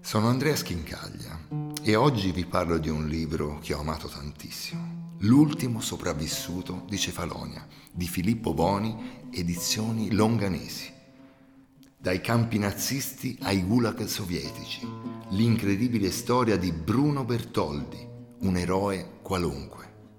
Sono Andrea Schincaglia e oggi vi parlo di un libro che ho amato tantissimo, L'ultimo sopravvissuto di Cefalonia, di Filippo Boni, edizioni Longanesi. Dai campi nazisti ai gulag sovietici, l'incredibile storia di Bruno Bertoldi, un eroe qualunque.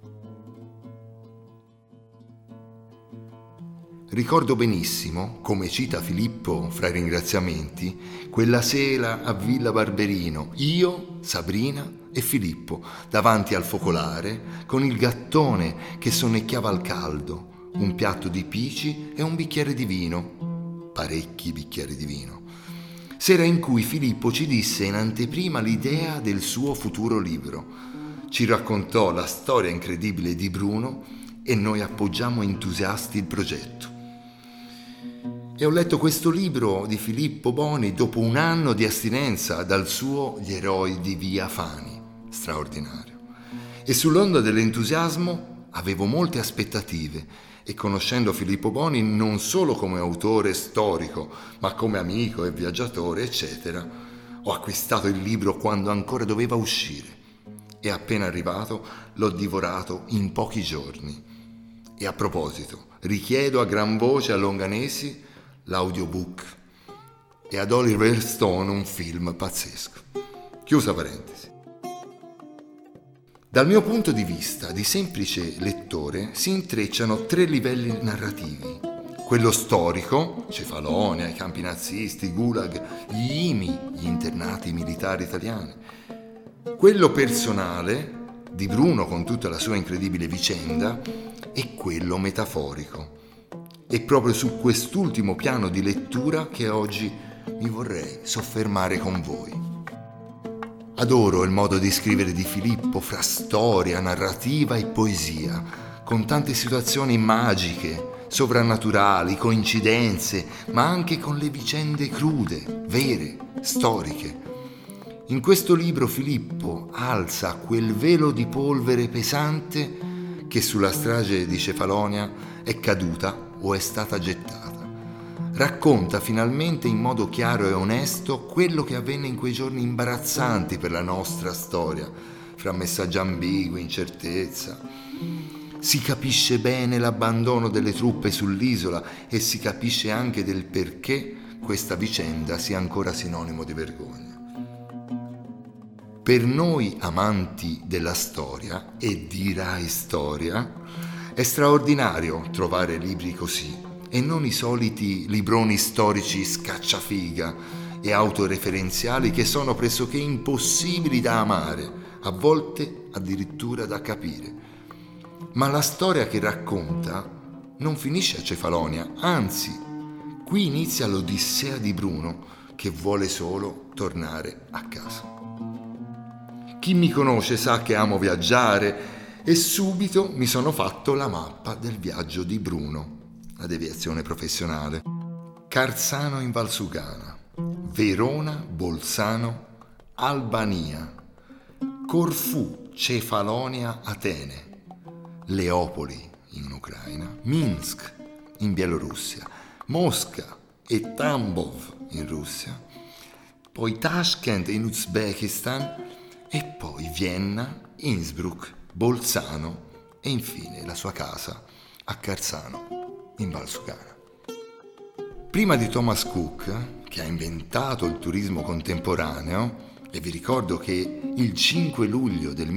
Ricordo benissimo, come cita Filippo fra i ringraziamenti, quella sera a Villa Barberino, io, Sabrina e Filippo, davanti al focolare, con il gattone che sonnecchiava al caldo, un piatto di pici e un bicchiere di vino, parecchi bicchieri di vino. Sera in cui Filippo ci disse in anteprima l'idea del suo futuro libro. Ci raccontò la storia incredibile di Bruno e noi appoggiamo entusiasti il progetto. E ho letto questo libro di Filippo Boni dopo un anno di astinenza dal suo Gli eroi di Via Fani, straordinario. E sull'onda dell'entusiasmo avevo molte aspettative e conoscendo Filippo Boni non solo come autore storico, ma come amico e viaggiatore, eccetera, ho acquistato il libro quando ancora doveva uscire e appena arrivato l'ho divorato in pochi giorni. E a proposito, richiedo a gran voce a Longanesi l'audiobook e ad Oliver Stone un film pazzesco. Chiusa parentesi. Dal mio punto di vista di semplice lettore si intrecciano 3 livelli narrativi. Quello storico, Cefalonia, i campi nazisti, i gulag, gli IMI, gli internati militari italiani. Quello personale, di Bruno con tutta la sua incredibile vicenda, e quello metaforico. È proprio su quest'ultimo piano di lettura che oggi mi vorrei soffermare con voi. Adoro il modo di scrivere di Filippo fra storia, narrativa e poesia, con tante situazioni magiche, sovrannaturali, coincidenze, ma anche con le vicende crude, vere, storiche. In questo libro Filippo alza quel velo di polvere pesante che sulla strage di Cefalonia è caduta o è stata gettata. Racconta finalmente in modo chiaro e onesto quello che avvenne in quei giorni imbarazzanti per la nostra storia, fra messaggi ambigui, incertezza. Si capisce bene l'abbandono delle truppe sull'isola e si capisce anche del perché questa vicenda sia ancora sinonimo di vergogna. Per noi amanti della storia, e dirai storia, è straordinario trovare libri così e non i soliti libroni storici scacciafiga e autoreferenziali che sono pressoché impossibili da amare, a volte addirittura da capire. Ma la storia che racconta non finisce a Cefalonia, anzi, qui inizia l'Odissea di Bruno che vuole solo tornare a casa. Chi mi conosce sa che amo viaggiare e subito mi sono fatto la mappa del viaggio di Bruno, la deviazione professionale. Carzano in Valsugana, Verona, Bolzano, Albania, Corfù, Cefalonia, Atene, Leopoli in Ucraina, Minsk in Bielorussia, Mosca e Tambov in Russia, poi Tashkent in Uzbekistan e poi Vienna, Innsbruck, Bolzano e infine la sua casa a Carzano in Valsugana. Prima di Thomas Cook, che ha inventato il turismo contemporaneo, e vi ricordo che il 5 luglio del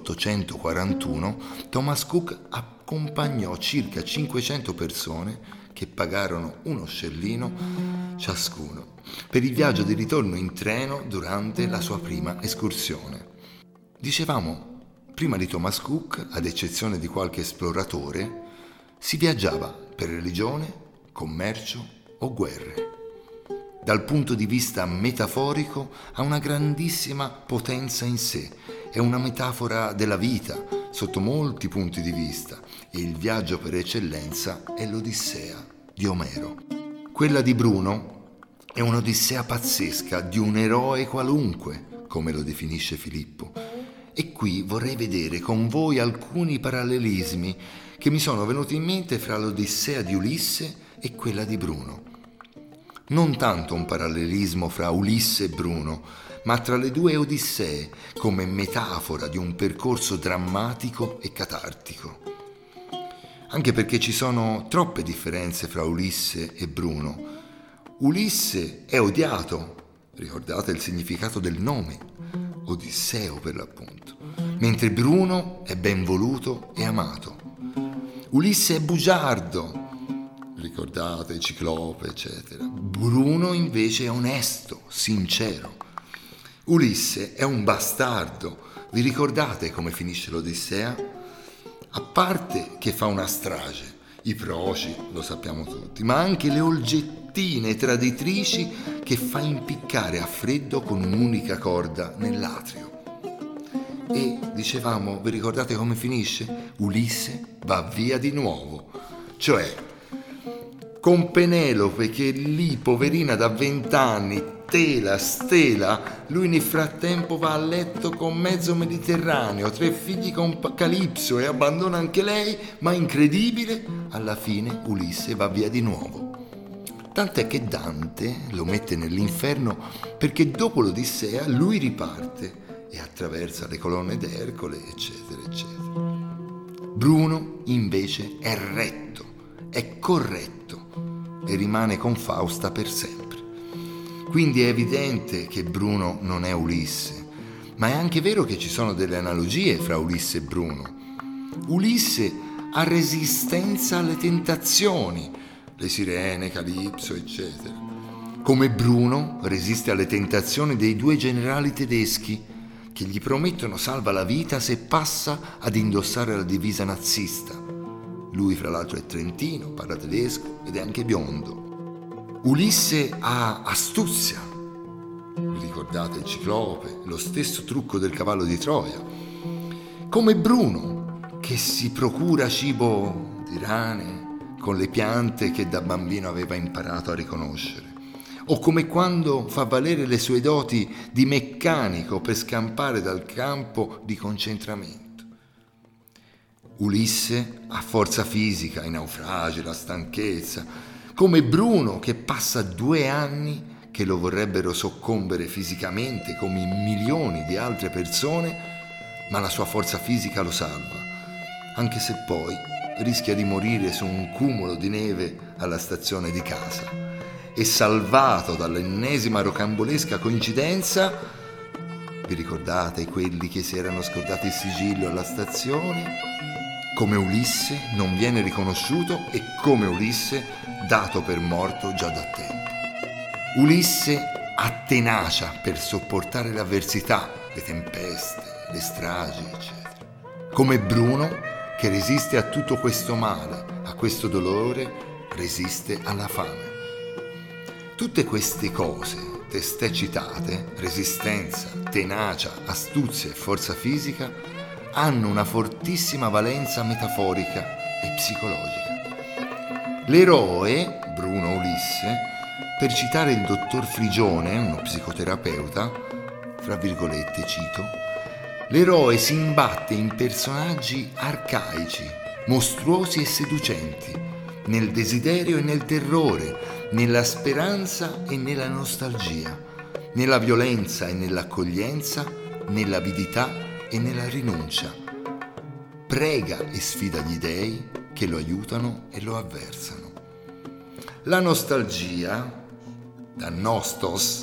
1841 Thomas Cook accompagnò circa 500 persone che pagarono uno scellino ciascuno per il viaggio di ritorno in treno durante la sua prima escursione. Dicevamo, prima di Thomas Cook, ad eccezione di qualche esploratore, si viaggiava per religione, commercio o guerre. Dal punto di vista metaforico ha una grandissima potenza in sé, è una metafora della vita sotto molti punti di vista e il viaggio per eccellenza è l'Odissea di Omero. Quella di Bruno è un'odissea pazzesca di un eroe qualunque, come lo definisce Filippo. E qui vorrei vedere con voi alcuni parallelismi che mi sono venuti in mente fra l'Odissea di Ulisse e quella di Bruno. Non tanto un parallelismo fra Ulisse e Bruno, ma tra le due Odissee, come metafora di un percorso drammatico e catartico. Anche perché ci sono troppe differenze fra Ulisse e Bruno. Ulisse è odiato, ricordate il significato del nome, Odisseo per l'appunto, mentre Bruno è ben voluto e amato. Ulisse è bugiardo, ricordate Ciclope, eccetera. Bruno invece è onesto, sincero. Ulisse è un bastardo. Vi ricordate come finisce l'Odissea? A parte che fa una strage, i proci, lo sappiamo tutti, ma anche le olgettine traditrici che fa impiccare a freddo con un'unica corda nell'atrio. E dicevamo, vi ricordate come finisce? Ulisse va via di nuovo, cioè con Penelope che lì, poverina da 20 anni, tela, stela, lui nel frattempo va a letto con mezzo Mediterraneo, 3 figli con Calipso e abbandona anche lei, ma incredibile, alla fine Ulisse va via di nuovo. Tant'è che Dante lo mette nell'inferno perché dopo l'Odissea lui riparte e attraversa le colonne d'Ercole, eccetera, eccetera. Bruno invece è retto, è corretto e rimane con Fausta per sempre. Quindi è evidente che Bruno non è Ulisse, ma è anche vero che ci sono delle analogie fra Ulisse e Bruno. Ulisse ha resistenza alle tentazioni, le sirene, Calipso, eccetera. Come Bruno resiste alle tentazioni dei 2 generali tedeschi che gli promettono salva la vita se passa ad indossare la divisa nazista. Lui fra l'altro è trentino, parla tedesco ed è anche biondo. Ulisse ha astuzia. Vi ricordate il Ciclope, lo stesso trucco del cavallo di Troia. Come Bruno, che si procura cibo di rane con le piante che da bambino aveva imparato a riconoscere. O come quando fa valere le sue doti di meccanico per scampare dal campo di concentramento. Ulisse ha forza fisica, i naufragi, la stanchezza, come Bruno che passa 2 anni che lo vorrebbero soccombere fisicamente come milioni di altre persone, ma la sua forza fisica lo salva, anche se poi rischia di morire su un cumulo di neve alla stazione di casa. E salvato dall'ennesima rocambolesca coincidenza, vi ricordate quelli che si erano scordati il sigillo alla stazione? Come Ulisse non viene riconosciuto e come Ulisse dato per morto già da tempo. Ulisse ha tenacia per sopportare le avversità, le tempeste, le stragi, eccetera. Come Bruno che resiste a tutto questo male, a questo dolore, resiste alla fame. Tutte queste cose, testé citate, resistenza, tenacia, astuzia e forza fisica, hanno una fortissima valenza metaforica e psicologica. L'eroe, Bruno Ulisse, per citare il dottor Frigione, uno psicoterapeuta, fra virgolette cito, l'eroe si imbatte in personaggi arcaici, mostruosi e seducenti, nel desiderio e nel terrore, nella speranza e nella nostalgia, nella violenza e nell'accoglienza, nell'avidità e nella rinuncia. Prega e sfida gli dei che lo aiutano e lo avversano. La nostalgia, da Nostos,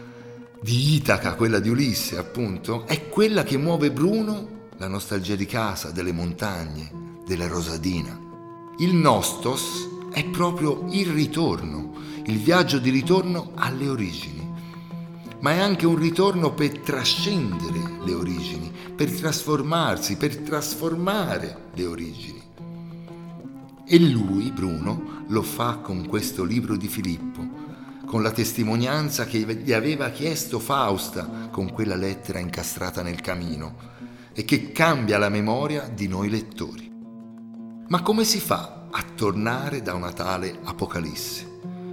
di Itaca, quella di Ulisse appunto, è quella che muove Bruno, la nostalgia di casa, delle montagne, della Rosadina. Il Nostos è proprio il ritorno, il viaggio di ritorno alle origini. Ma è anche un ritorno per trascendere le origini, per trasformarsi, per trasformare le origini. E lui, Bruno, lo fa con questo libro di Filippo, con la testimonianza che gli aveva chiesto Fausta con quella lettera incastrata nel camino e che cambia la memoria di noi lettori. Ma come si fa a tornare da una tale Apocalisse?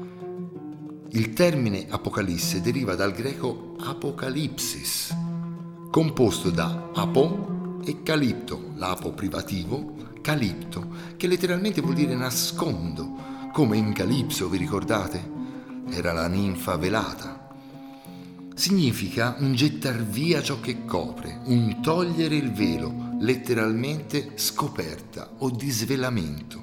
Il termine Apocalisse deriva dal greco apocalipsis, composto da apo e calipto, l'apo privativo, calipto, che letteralmente vuol dire nascondo, come in Calipso, vi ricordate? Era la ninfa velata. significa un gettar via ciò che copre, un togliere il velo, letteralmente scoperta o disvelamento.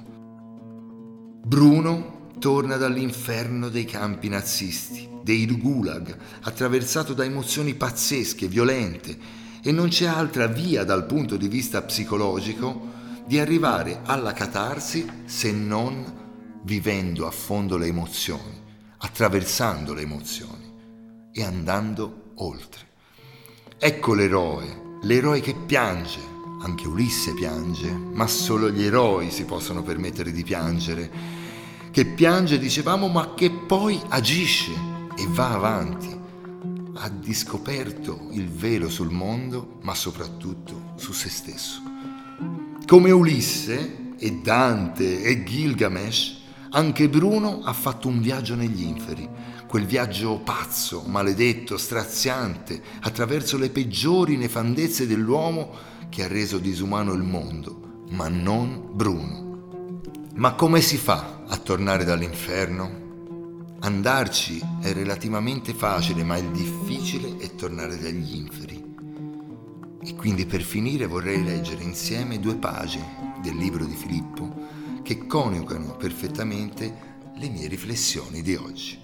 Bruno torna dall'inferno dei campi nazisti, dei gulag, attraversato da emozioni pazzesche, violente, e non c'è altra via dal punto di vista psicologico di arrivare alla catarsi se non vivendo a fondo le emozioni, attraversando le emozioni e andando oltre. Ecco l'eroe che piange. Anche Ulisse piange, ma solo gli eroi si possono permettere di piangere. Che piange, dicevamo, ma che poi agisce e va avanti. Ha discoperto il velo sul mondo, ma soprattutto su se stesso. Come Ulisse e Dante e Gilgamesh, anche Bruno ha fatto un viaggio negli inferi, quel viaggio pazzo, maledetto, straziante, attraverso le peggiori nefandezze dell'uomo che ha reso disumano il mondo, ma non Bruno. Ma come si fa a tornare dall'inferno? Andarci è relativamente facile, ma il difficile è tornare dagli inferi. E quindi per finire vorrei leggere insieme 2 pagine del libro di Filippo che coniugano perfettamente le mie riflessioni di oggi.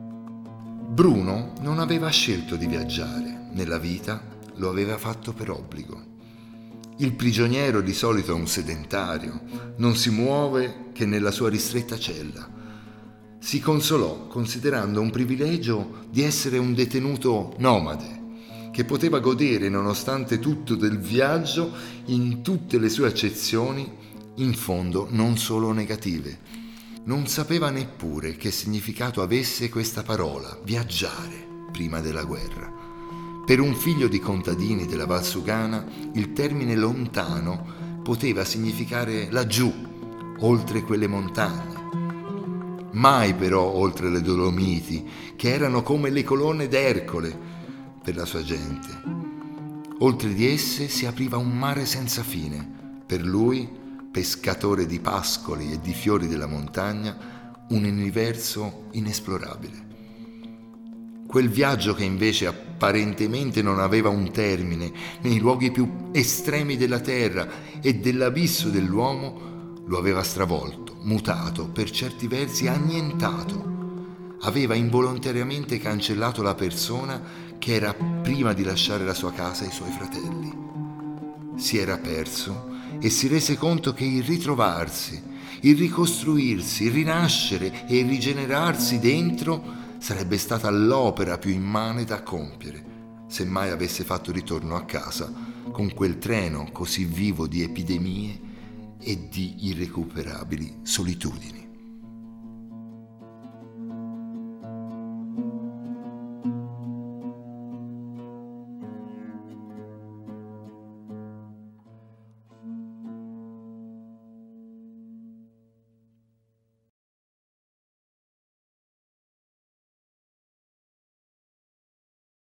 Bruno non aveva scelto di viaggiare, nella vita lo aveva fatto per obbligo. Il prigioniero di solito è un sedentario, non si muove che nella sua ristretta cella. Si consolò considerando un privilegio di essere un detenuto nomade, che poteva godere nonostante tutto del viaggio in tutte le sue accezioni, in fondo non solo negative. Non sapeva neppure che significato avesse questa parola, viaggiare, prima della guerra. Per un figlio di contadini della Valsugana, il termine lontano poteva significare laggiù, oltre quelle montagne. Mai però oltre le Dolomiti, che erano come le colonne d'Ercole per la sua gente. Oltre di esse si apriva un mare senza fine. Per lui, pescatore di pascoli e di fiori della montagna, un universo inesplorabile. Quel viaggio che invece apparentemente non aveva un termine, nei luoghi più estremi della terra e dell'abisso dell'uomo, lo aveva stravolto, mutato, per certi versi annientato. Aveva involontariamente cancellato la persona che era prima di lasciare la sua casa e i suoi fratelli. Si era perso e si rese conto che il ritrovarsi, il ricostruirsi, il rinascere e il rigenerarsi dentro sarebbe stata l'opera più immane da compiere, se mai avesse fatto ritorno a casa con quel treno così vivo di epidemie e di irrecuperabili solitudini.